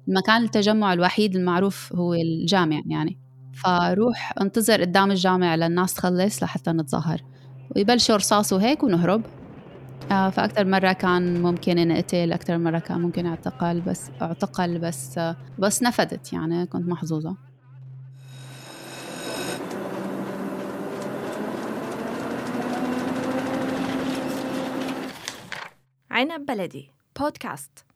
المكان التجمع الوحيد المعروف هو الجامع يعني. فروح انتظر قدام الجامع للناس تخلص لحتى نتظاهر، ويبلشوا رصاص وهيك ونهرب. فأكتر مرة كان ممكن نقتل، أكتر مرة كان ممكن اعتقل بس نفدت يعني، كنت محظوظة. عنب بلدي بودكاست.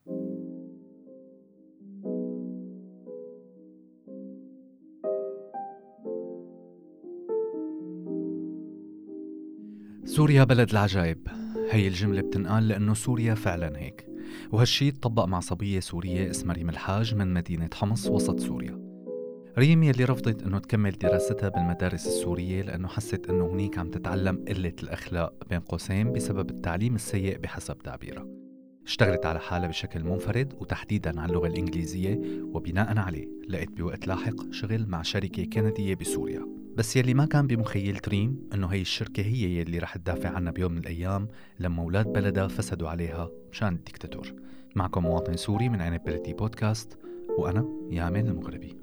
سوريا بلد العجائب، هي الجملة بتنقال لأنه سوريا فعلا هيك، وهالشي تطبق مع صبية سورية اسمها ريم الحاج من مدينة حمص وسط سوريا. ريم يلي رفضت أنه تكمل دراستها بالمدارس السورية لأنه حست أنه هنيك عم تتعلم قلة الأخلاق بين قوسين بسبب التعليم السيء بحسب تعبيرها. اشتغلت على حالها بشكل منفرد وتحديداً على اللغة الإنجليزية، وبناءً عليه لقيت بوقت لاحق شغل مع شركة كندية بسوريا. بس يلي ما كان بمخيلة ريم إنه هي الشركة هي يلي رح تدافع عنها بيوم من الأيام لما أولاد بلدها فسدوا عليها مشان الديكتاتور. معكم مواطن سوري من عنب بلدي بودكاست، وأنا يامن المغربي.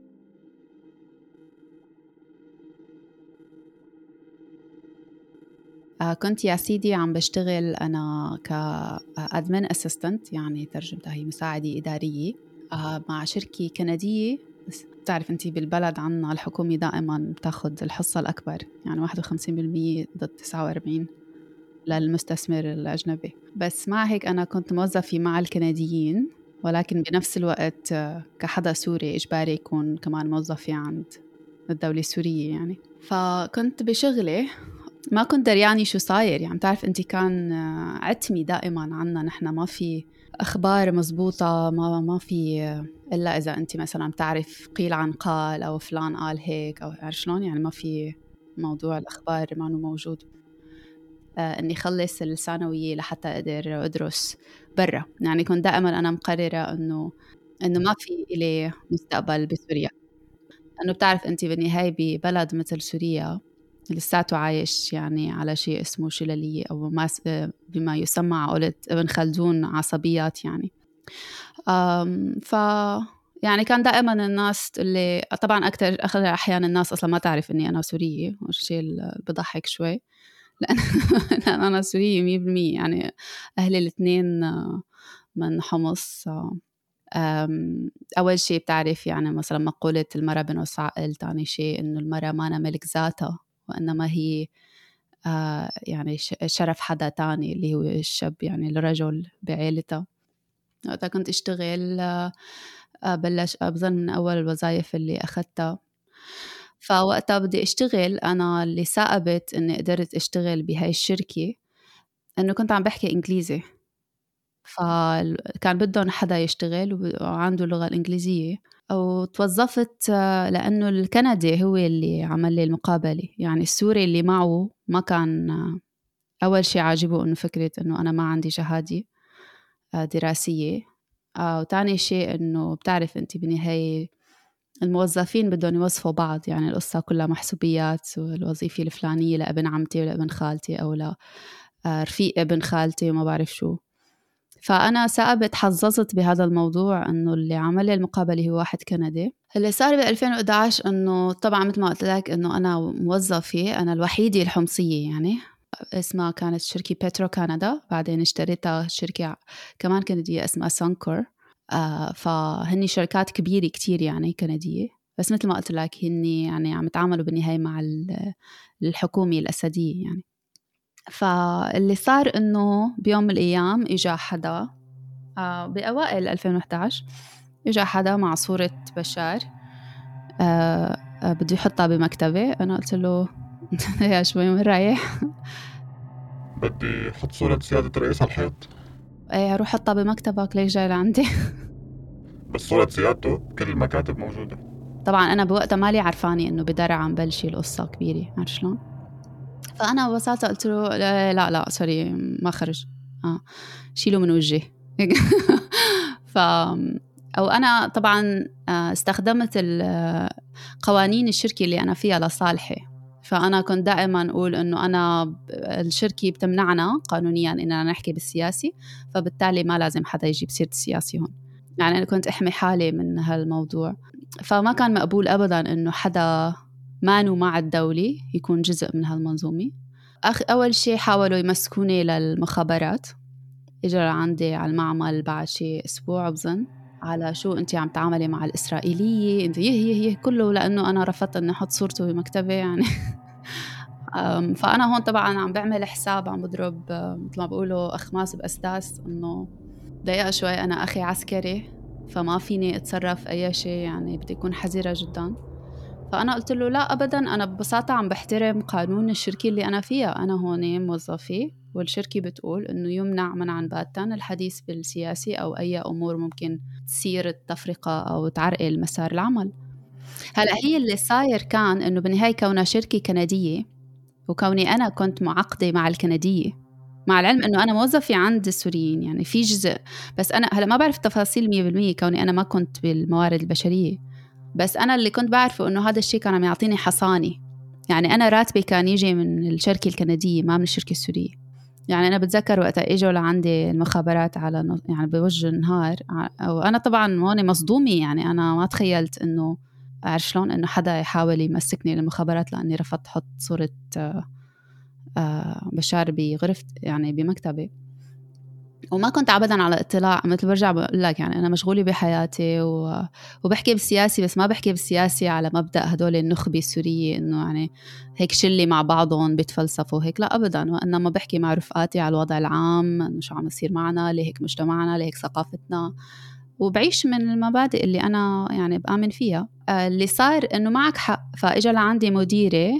كنت يا سيدي عم بشتغل أنا كأدمن أسيستنت، يعني ترجمتها هي مساعدة إدارية مع شركة كندية. بس بتعرف أنتي بالبلد عنا الحكومة دائما بتاخد الحصة الأكبر، يعني 51% ضد 49 للمستثمر الأجنبي. بس مع هيك أنا كنت موظفة مع الكنديين، ولكن بنفس الوقت كحدا سوري إجباري يكون كمان موظفة عند الدولة السورية يعني. فكنت بشغلي ما كنت درياني شو صاير، يعني بتعرف أنت كان عتمي دائما عنا نحن، ما في أخبار مزبوطة، ما في إلا إذا أنت مثلا بتعرف قيل عن قال أو فلان قال هيك أو عارف شلون، يعني ما في موضوع الأخبار ما هو موجود. أني خلص الثانوية لحتى أقدر أدرس برا، يعني كنت دائما أنا مقررة إنه ما في إلي مستقبل بسوريا، لأنه بتعرف أنت بالنهاية ببلد مثل سوريا لساته عايش يعني على شيء اسمه شلالية أو بما يسمى عقلة ابن خلدون عصبيات يعني. ف يعني كان دائما الناس اللي طبعا أكثر أحيان الناس أصلا ما تعرف إني أنا سورية، والشيء اللي بضحك شوي لأن لأن أنا سورية 100%، يعني أهلي الاثنين من حمص. أول شيء بتعرف يعني مثلا مقولة المرأة بنص عقل، تاني شيء إنه المرأة ما أنا ملك ذاتها، وإنما هي يعني شرف حدا تاني اللي هو الشاب، يعني الرجل بعائلتها. وقتها كنت أشتغل بلش بظن من أول الوظائف اللي أخذتها. فوقتها بدي أشتغل، أنا اللي ثاقبت إني قدرت أشتغل بهاي الشركة إنه كنت عم بحكي إنجليزي، فكان بدهم حدا يشتغل وعنده اللغة الإنجليزية. أو توظفت لأنه الكندي هو اللي عمل لي المقابلة، يعني السوري اللي معه ما كان أول شيء عاجبه إنه فكرة إنه أنا ما عندي شهادة دراسية، وتاني شيء إنه بتعرف أنت بالنهاية الموظفين بدهم يوظفوا بعض، يعني القصة كلها محسوبيات، والوظيفة الفلانية لابن عمتي ولا ابن خالتي أو لرفيق ابن خالتي وما بعرف شو. فأنا ثاقبت حظظت بهذا الموضوع إنه اللي عمل لي المقابلة هو واحد كندي. اللي صار ب 2011 إنه طبعا مثل ما قلت لك إنه أنا موظفة، أنا الوحيدة الحمصية يعني. اسمها كانت شركة بيترو كندا، بعدين اشتريتها شركة كمان كندية اسمها سانكور. فهني شركات كبيرة كتير يعني كندية، بس مثل ما قلت لك هني يعني عم يتعاملوا بالنهاية مع الحكومة الأسدية يعني. فاللي صار إنه بيوم من الأيام إجا حدا بأوائل 2011 إجا حدا مع صورة بشار، بده يحطها بمكتبة. أنا قلت له يا شوي من رايح بدي أحط صورة سيادة الرئيس على الحيط. ايه روح حطها بمكتبك، ليش جاي لعندي؟ بس صورة سيادته كل المكاتب موجودة. طبعا أنا بوقتها مالي عرفاني إنه بدرع عم بلشي القصة كبيرة، عارف شلون؟ فأنا ببساطة قلت له لا سوري ما خرج، شيله من وجهي. ف أو أنا طبعا استخدمت قوانين الشركة اللي أنا فيها لصالحي. فأنا كنت دائما أقول إنه أنا الشركة بتمنعنا قانونيا إننا نحكي بالسياسي، فبالتالي ما لازم حدا يجيب سيرة السياسي هون. يعني أنا كنت أحمي حالي من هالموضوع. فما كان مقبول أبداً إنه حدا مانو مع الدولة يكون جزء من هالمنظومة. أول شيء حاولوا يمسكوني للمخابرات، إجوا عندي على المعمل بعد شيء أسبوع بظن، على شو أنت عم تعملي مع الإسرائيلية، أنت هي كله، لأنه أنا رفضت أن أحط صورته بمكتبي يعني. فأنا هون طبعاً عم بعمل حساب، عم بضرب مثل ما بقولوا أخماس بأسداس، أنه دقيقة شوي أنا أخي عسكري فما فيني أتصرف أي شيء، يعني بدي أكون حذرة جداً. فأنا قلت له لا أبداً، أنا ببساطة عم بحترم قانون الشركة اللي أنا فيها، أنا هون موظفة والشركة بتقول إنه يمنع منعاً باتا الحديث بالسياسي أو أي أمور ممكن تصير التفرقة أو تعرقل مسار العمل. هلأ هي اللي صاير كان إنه بالنهاية كونها شركة كندية وكوني أنا كنت معقدة مع الكندية، مع العلم إنه أنا موظفة عند السوريين يعني في جزء، بس أنا هلأ ما بعرف التفاصيل 100% كوني أنا ما كنت بالموارد البشرية، بس أنا اللي كنت بعرفه إنه هذا الشيء كان عم يعطيني حصانة. يعني أنا راتبي كان يجي من الشركة الكندية ما من الشركة السورية. يعني أنا بتذكر وقتها إجوا لعندي المخابرات على يعني بوجه النهار، وأنا طبعاً هون مصدومة، يعني أنا ما تخيلت إنه عارف شلون إنه حدا يحاول يمسكني للمخابرات لأني رفضت حط صورة بشار بغرفة يعني بمكتبي، وما كنت أبداً على اطلاع. مثل برجع بقول لك يعني أنا مشغولة بحياتي وبحكي بالسياسي، بس ما بحكي بالسياسي على مبدأ هدول النخبة السورية إنه يعني هيك شلي مع بعضهم بيتفلسفوا هيك، لا أبداً، وإنما بحكي مع رفقاتي على الوضع العام، إنه شو عم يصير معنا، ليه هيك مجتمعنا، ليه هيك ثقافتنا، وبعيش من المبادئ اللي أنا يعني بآمن فيها. اللي صار إنه معك حق، فإجا لعندي مديري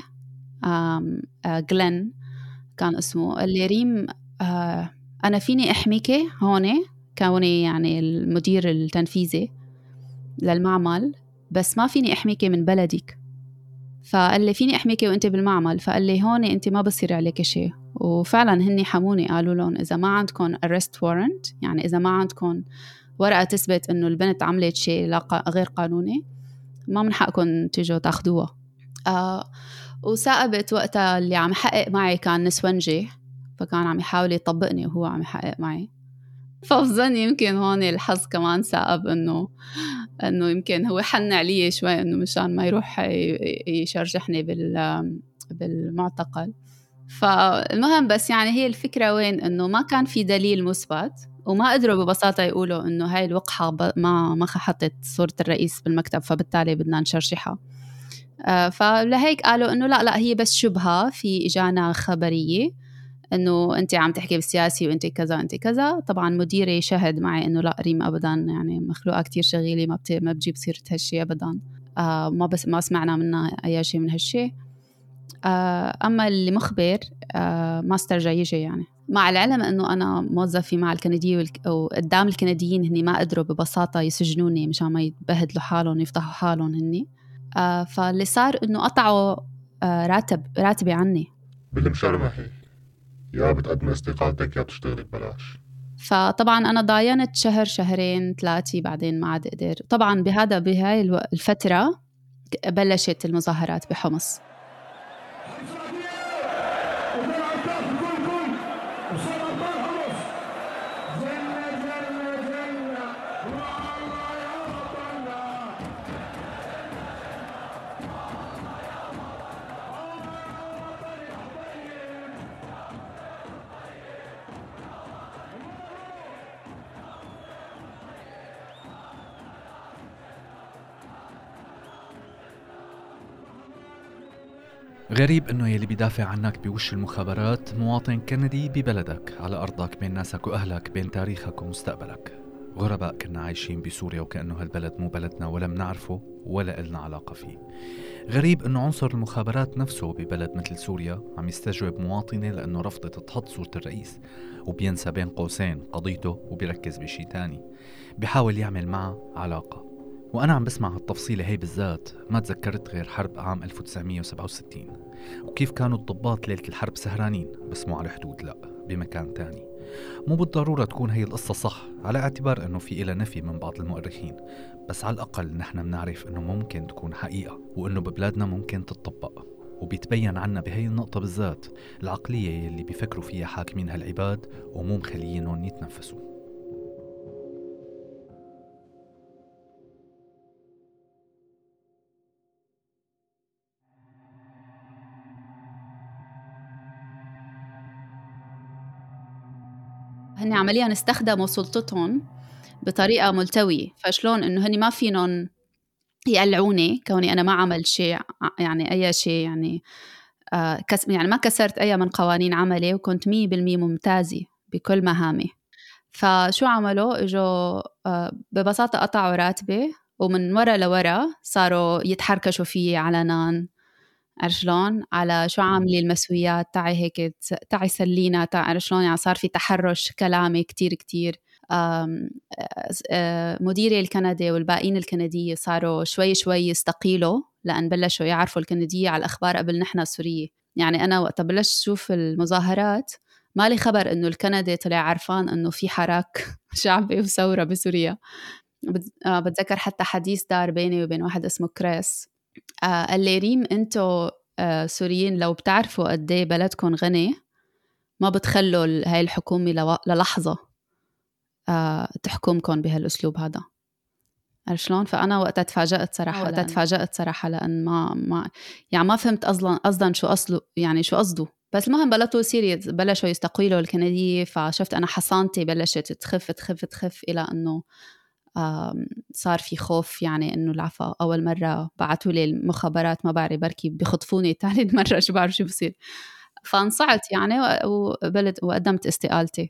غلين كان اسمه، اللي ريم أنا فيني أحميكي هون كوني يعني المدير التنفيذي للمعمل، بس ما فيني أحميكي من بلدك. فقال لي فيني أحميكي وأنت بالمعمل، فقال لي هون أنت ما بصير عليك شيء. وفعلا هني حموني، قالوا لهم إذا ما عندكم arrest warrant، يعني إذا ما عندكم ورقة تثبت إنه البنت عملت شيء غير قانوني، ما من حقكم تيجوا تاخدوها. وثاقبت وقتها اللي عم يحقق معي كان نسونجي، فكان عم يحاول يطبقني وهو عم يحقق معي. فبظن يمكن هون الحظ كمان ثاقب إنه يمكن هو حن علي شوي إنه مشان ما يروح يشرجحني بالمعتقل. فالمهم بس يعني هي الفكرة وين، إنه ما كان في دليل مثبت، وما قدروا ببساطة يقولوا إنه هاي الوقحة ما حطت صورة الرئيس بالمكتب فبالتالي بدنا نشرجحها. فلهيك قالوا إنه لا هي بس شبهة، في إجانا خبرية إنه أنت عم تحكي بالسياسي وأنت كذا أنت كذا. طبعا مديري شهد معي إنه لا ريم أبدا يعني مخلوقة كتير شغيلة، ما بتجيب سيرة هالشي أبدا. ما سمعنا منها أي شيء من هالشي. أما اللي مخبر ما استرجع يجي، يعني مع العلم إنه أنا موظفة مع الكندية وقدام الكنديين هني ما قدروا ببساطة يسجنوني مشان ما يتبهدلوا حالهم ويفضحوا حالهم هني. فاللي صار إنه قطعوا راتبي عني. بالمشرمحي يا بتقدم استقالتك يا بتشتغلي ببلاش. فطبعا أنا ضاينت شهر شهرين 3 بعدين ما عاد قدر. طبعا بهاي الفترة بلشت المظاهرات بحمص. غريب إنه يلي بيدافع عنك بوش المخابرات مواطن كندي ببلدك، على أرضك، بين ناسك وأهلك، بين تاريخك ومستقبلك. غرباء كنا عايشين بسوريا وكأنه هالبلد مو بلدنا ولا منعرفه ولا إلنا علاقة فيه. غريب إنه عنصر المخابرات نفسه ببلد مثل سوريا عم يستجوب مواطنة لأنه رفضت تحط صورة الرئيس، وبينسى بين قوسين قضيته وبيركز بشي تاني، بيحاول يعمل معه علاقة. وأنا عم بسمع هالتفصيلة هي بالذات ما تذكرت غير حرب عام 1967 وكيف كانوا الضباط ليلة الحرب سهرانين بس مو على الحدود، لا بمكان تاني. مو بالضرورة تكون هي القصة صح، على اعتبار أنه في إلى نفي من بعض المؤرخين، بس على الأقل نحن بنعرف أنه ممكن تكون حقيقة وأنه ببلادنا ممكن تتطبق. وبيتبين عنا بهي النقطة بالذات العقلية اللي بيفكروا فيها حاكمين هالعباد ومو مخليينهم يتنفسوا. هن عمليا استخدموا سلطتهم بطريقة ملتوية. فشلون إنه هني ما فينن يقلعوني كوني أنا ما عمل شيء، يعني أي شيء يعني يعني ما كسرت أي من قوانين عملي، وكنت 100% ممتازة بكل مهامي. فشو عملوا؟ إجوا ببساطة قطعوا راتبي، ومن ورا لورا صاروا يتحركشوا فيه علنا. عرشلون على شو عاملي المسويات، تعي هيك تعي سلينا، تعي شلون. يعني صار في تحرش كلامي كتير كتير. مديري الكندي والباقين الكندية صاروا شوي شوي يستقيلوا، لأن بلشوا يعرفوا الكندية على الأخبار قبل نحن السورية. يعني أنا وقت بلشت أشوف المظاهرات ما لي خبر إنه الكندي طلع عرفان إنه في حراك شعبي وثورة بسوريا. بتذكر حتى حديث دار بيني وبين واحد اسمه كريس، قال لي ريم أنتوا سوريين لو بتعرفوا قديه بلدكم غني ما بتخلوا هاي الحكومة للحظة تحكمكم بهالأسلوب هذا. عرشلون؟ فأنا وقتها تفاجأت صراحة لأن ما فهمت أصلاً شو أصله، يعني شو قصده. بس المهم بلطوا سيري بلشوا يستقيلوا الكندية، فشفت أنا حصانتي بلشت تخف إلى أنه صار في خوف، يعني أنه العفا أول مرة بعتوا لي المخابرات ما بعرف بركي بخطفوني ثالث مرة شو بعرف شو بصير. فانصعت يعني وقدمت استقالتي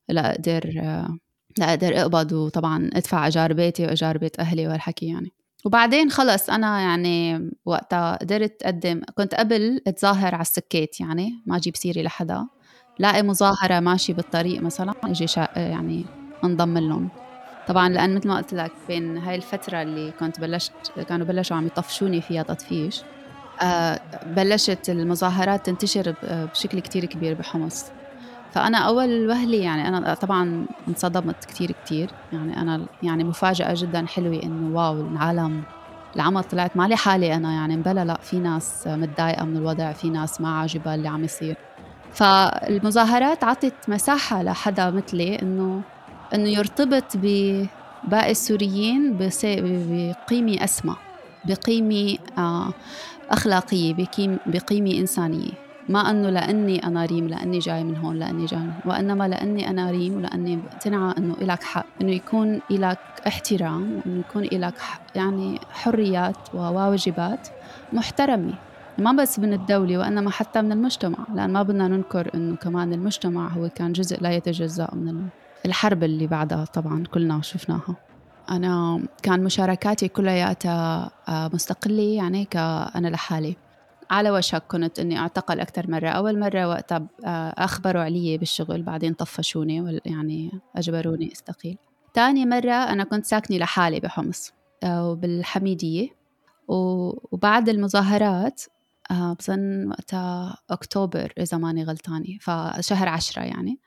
لا أقدر أقبض، وطبعا أدفع أجار بيتي وأجار بيت أهلي والحكي يعني. وبعدين خلص أنا يعني وقتها قدرت أقدم. كنت قبل أتظاهر على السكيت، يعني ما أجيب سيري لحدا، لاقي مظاهرة ماشي بالطريق مثلا أجي يعني انضم لهم. طبعا لأن مثل ما قلت لك بين هاي الفترة اللي كانوا بلشوا عم يطفشوني فيها تطفيش، بلشت المظاهرات تنتشر بشكل كتير كبير بحمص. فأنا أول وهلي يعني أنا طبعاً انصدمت كتير. يعني أنا يعني مفاجأة جداً حلوة إنه واو العمل طلعت مالي حالي أنا، يعني مبلا لا في ناس متضايقة من الوضع، في ناس ما عاجبها اللي عم يصير. فالمظاهرات عطت مساحة لحدا مثلي إنه يرتبط بباقي السوريين بقيمة أسمى، بقيمة أخلاقية، بقيمة إنسانية. ما أنه لأني أنا ريم، لأني جاي من هون، لأني جاي، وإنما لأني أنا ريم ولأني بقتنع أنه إلك حق، أنه يكون إلك احترام، وأنه يكون إلك يعني حريات وواجبات محترمة، ما بس من الدولة وإنما حتى من المجتمع. لأن ما بدنا ننكر أنه كمان المجتمع هو كان جزء لا يتجزأ من الحرب اللي بعدها طبعا كلنا شفناها. أنا كان مشاركاتي كلها مستقلة، يعني كأنا لحالي. على وشك كنت أني أعتقل أكثر مرة. أول مرة وقتها أخبروا علي بالشغل، بعدين طفشوني يعني أجبروني استقيل. تاني مرة أنا كنت ساكنة لحالي بحمص وبالحميدية، وبعد المظاهرات بظن وقتها أكتوبر إذا ماني غلطاني، فشهر 10 يعني.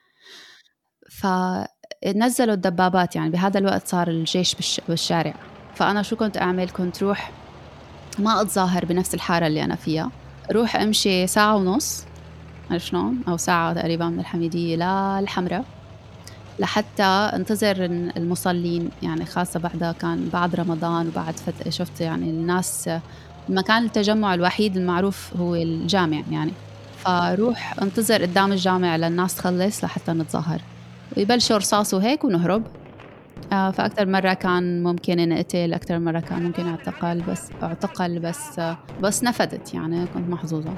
فنزلوا الدبابات، يعني بهذا الوقت صار الجيش بالشارع. فأنا شو كنت أعمل؟ كنت روح ما أتظاهر بنفس الحارة اللي أنا فيها، روح أمشي 1.5 ساعة عرف شلون، أو ساعة تقريبا من الحميدية للحمرة لحتى انتظر المصلين، يعني خاصة بعدها كان بعد رمضان وبعد شفت يعني الناس، مكان التجمع الوحيد المعروف هو الجامع يعني. فروح انتظر قدام الجامع للناس تخلص لحتى نتظاهر، ويبلشوا رصاص وهيك ونهرب. فأكثر مرة كان ممكن نقتل، أكثر مرة كان ممكن أعتقل بس نفدت، يعني كنت محظوظة.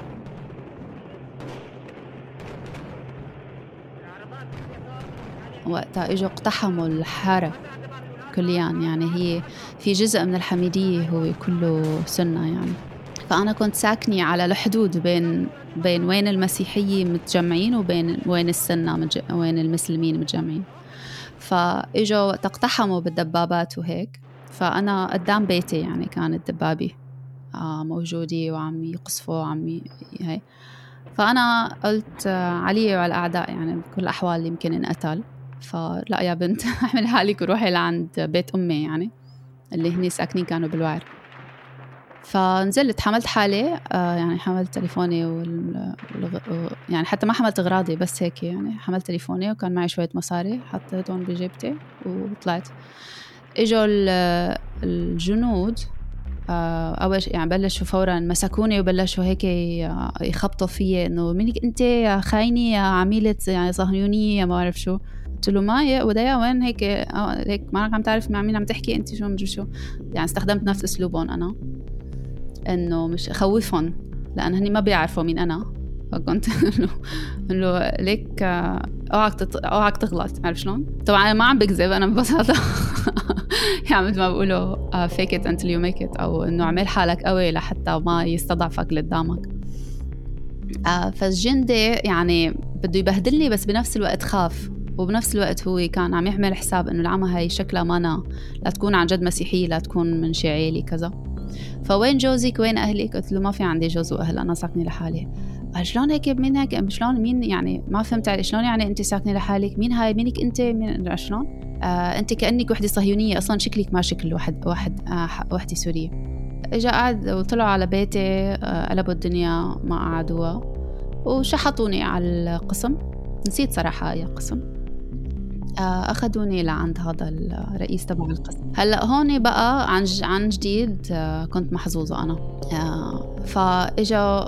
وقتها إجوا اقتحموا الحارة كليا، يعني هي في جزء من الحميدية هو كله سنة يعني. فأنا كنت ساكنة على الحدود بين وين المسيحية متجمعين وين السنة وين المسلمين متجمعين. فإجوا وقت اقتحموا بالدبابات وهيك، فأنا قدام بيتي يعني كانت دبابة موجودة وعم يقصفوا وعم هاي. فأنا قلت علي وعلى الأعداء، يعني بكل الأحوال يمكن انقتل، فلا يا بنت احمل حالك وروحي لعند بيت أمي يعني اللي هني ساكنين كانوا بالوعر. فنزلت حملت حالي، يعني حملت تليفوني يعني حتى ما حملت أغراضي، بس هيك يعني حملت تليفوني وكان معي شوية مصاري حطيتهم بجيبتي وطلعت. إجوا الجنود أول يعني بلشوا فورا مسكوني وبلشوا هيك يخبطوا فيي إنه منك أنت يا خاينة يا عميلة يعني صهيونية ما أعرف شو. قلت له ما ودايا وين هيك هيك ما عم تعرف مع مين عم تحكي أنت شو يعني استخدمت نفس أسلوبهم أنا إنه مش أخوفهم لأن هني ما بيعرفوا مين أنا فكنت إنه ليك اوعك تغلط عارف شلون. طبعا أنا ما عم بكذب أنا ببساطة يعني مثل ما بقولوا fake it until you make it أو إنه عمل حالك قوي لحتى ما يستضعفك اللي قدامك. فالجندي يعني بده يبهدلني بس بنفس الوقت خاف وبنفس الوقت هو كان عم يعمل حساب إنه العمى هاي شكلها مانا لا تكون عن جد مسيحية لا تكون من شيعي لي كذا. فوين جوزك وين أهلك؟ قلت له ما في عندي جوز وأهل أنا ساكنة لحالي. قال شلون هيك مين هيك شلون مين يعني ما فهمت علي شلون يعني أنت ساكنة لحالك مين هاي مينك أنت مين شلون أنت كأنك وحدة صهيونية أصلا شكلك ما شكل وحدة سورية. إجا قعد وطلعوا على بيتي قلبوا الدنيا ما قعدوها وشحطوني على القسم نسيت صراحة أي قسم. أخذوني لعند هذا الرئيس تبع القسم. هلأ هون بقى عن جديد كنت محظوظة أنا. فإجا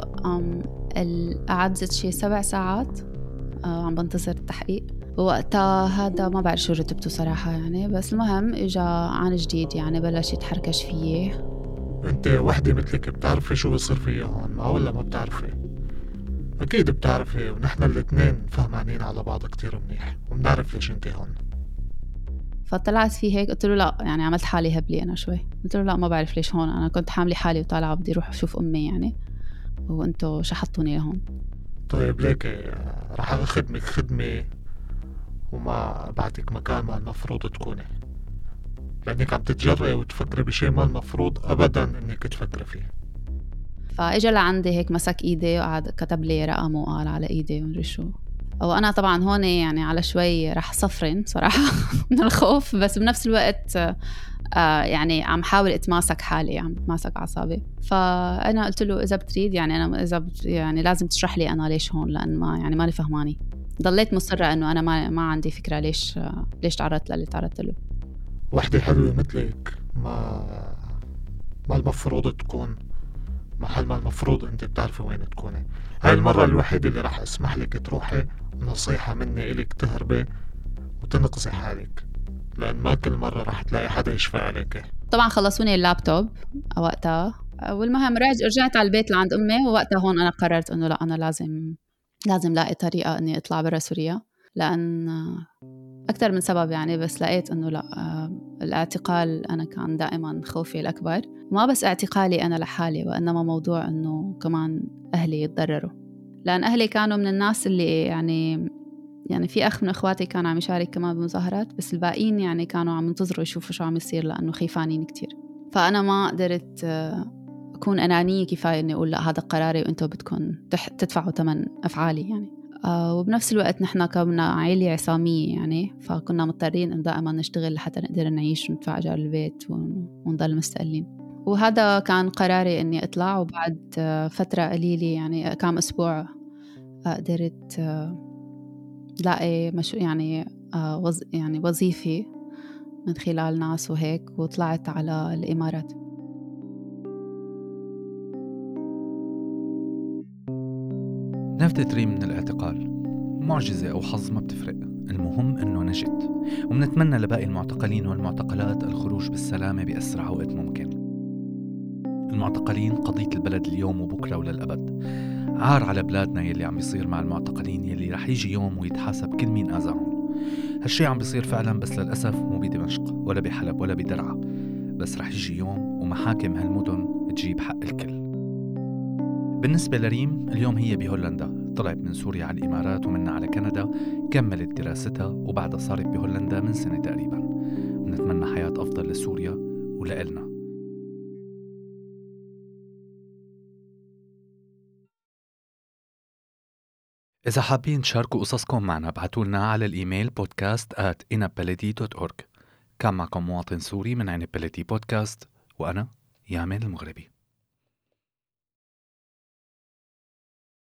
قعدت شي 7 ساعات عم بنتظر التحقيق ووقتها هذا ما بعرف شو رتبته صراحة يعني بس المهم إجا عن جديد يعني بلش يتحركش فيه. انت وحدة مثلك بتعرفي شو بصير فيها هون ما ولا ما بتعرفي؟ اكيد بتعرفي ونحن الاثنين فهمانين على بعض كتير منيح وبنعرف ليش انت هون. فطلعت فيه هيك قلت له لا يعني عملت حالي هبلي أنا شوي قلت له لا ما بعرف ليش هون أنا كنت حاملة حالي وطالعة بدي أروح أشوف أمي يعني وأنتوا شحطوني لهون. طيب ليك رح أخدمك خدمة وما بعطيك مكان ما المفروض تكوني لأنك عم تتجرئي وتفكري بشيء ما المفروض أبدا إنك تفكري فيه. فإجا لعندي هيك مسك إيدي وقعد كتب لي رقم وقال على إيدي ومدري شو. وأنا طبعا هون يعني على شوي رح صفرن صراحة من الخوف بس بنفس الوقت يعني عم حاول اتماسك حالي عم بتماسك أعصابي. فأنا قلت له إذا بتريد يعني أنا يعني لازم تشرح لي أنا ليش هون لأن ما يعني ماني فهماني. ضليت مصرة إنه أنا ما عندي فكرة ليش تعرضت للي تعرضت له. وحدة حلوة مثلك ما المفروض تكون محل ما المفروض انت بتعرفي وين تكوني. هاي المرة الوحيدة اللي راح اسمح لك تروحي نصيحة مني إلك تهربي وتنقذي حالك لأن ما كل مرة راح تلاقي حدا يشفع عليك. طبعا خلصوني اللابتوب وقتها والمهم رجعت على البيت لعند أمي ووقتها هون أنا قررت إنه لا أنا لازم لاقي طريقة إني أطلع برا سوريا لأن أكثر من سبب يعني بس لقيت إنه لا الاعتقال أنا كان دائما خوفي الأكبر ما بس اعتقالي أنا لحالي وإنما موضوع إنه كمان أهلي يتضرروا لأن أهلي كانوا من الناس اللي يعني في أخ من أخواتي كان عم يشارك كمان بمظاهرات بس الباقيين يعني كانوا عم ينتظروا يشوفوا شو عم يصير لأنه خيفانين كتير. فأنا ما قدرت أكون أنانية كفاية إني أقول لا هذا قراري وإنتوا بدكم تدفعوا ثمن أفعالي يعني. وبنفس الوقت نحن كنا عائلة عصامية يعني فكنا مضطرين إن دائما نشتغل لحتى نقدر نعيش وندفع أجار البيت ونضل مستقلين. وهذا كان قراري إني أطلع وبعد فترة قليلة يعني كام أسبوع قدرت لاقي يعني وظيفة من خلال ناس وهيك وطلعت على الإمارات. نفذت ريم من الاعتقال معجزة أو حظ ما بتفرق المهم أنه نجت ومنتمنى لباقي المعتقلين والمعتقلات الخروج بالسلامة بأسرع وقت ممكن. المعتقلين قضية البلد اليوم وبكرة وللأبد. عار على بلادنا يلي عم بيصير مع المعتقلين يلي رح يجي يوم ويتحاسب كل مين آذاهم. هالشي عم بيصير فعلا بس للأسف مو بدمشق ولا بحلب ولا بدرعا بس رح يجي يوم ومحاكم هالمدن تجيب حق الكل. بالنسبة لريم اليوم هي بهولندا طلعت من سوريا على الإمارات ومنها على كندا كملت دراستها وبعدها صارت بهولندا من سنة تقريبا. ونتمنى حياة أفضل لسوريا ولإلنا. إذا حابين تشاركوا قصصكم معنا ابعتوا على الإيميل podcast@inabbaladi.org. كان معكم مواطن سوري من عنب بلدي بودكاست وأنا يامن المغربي.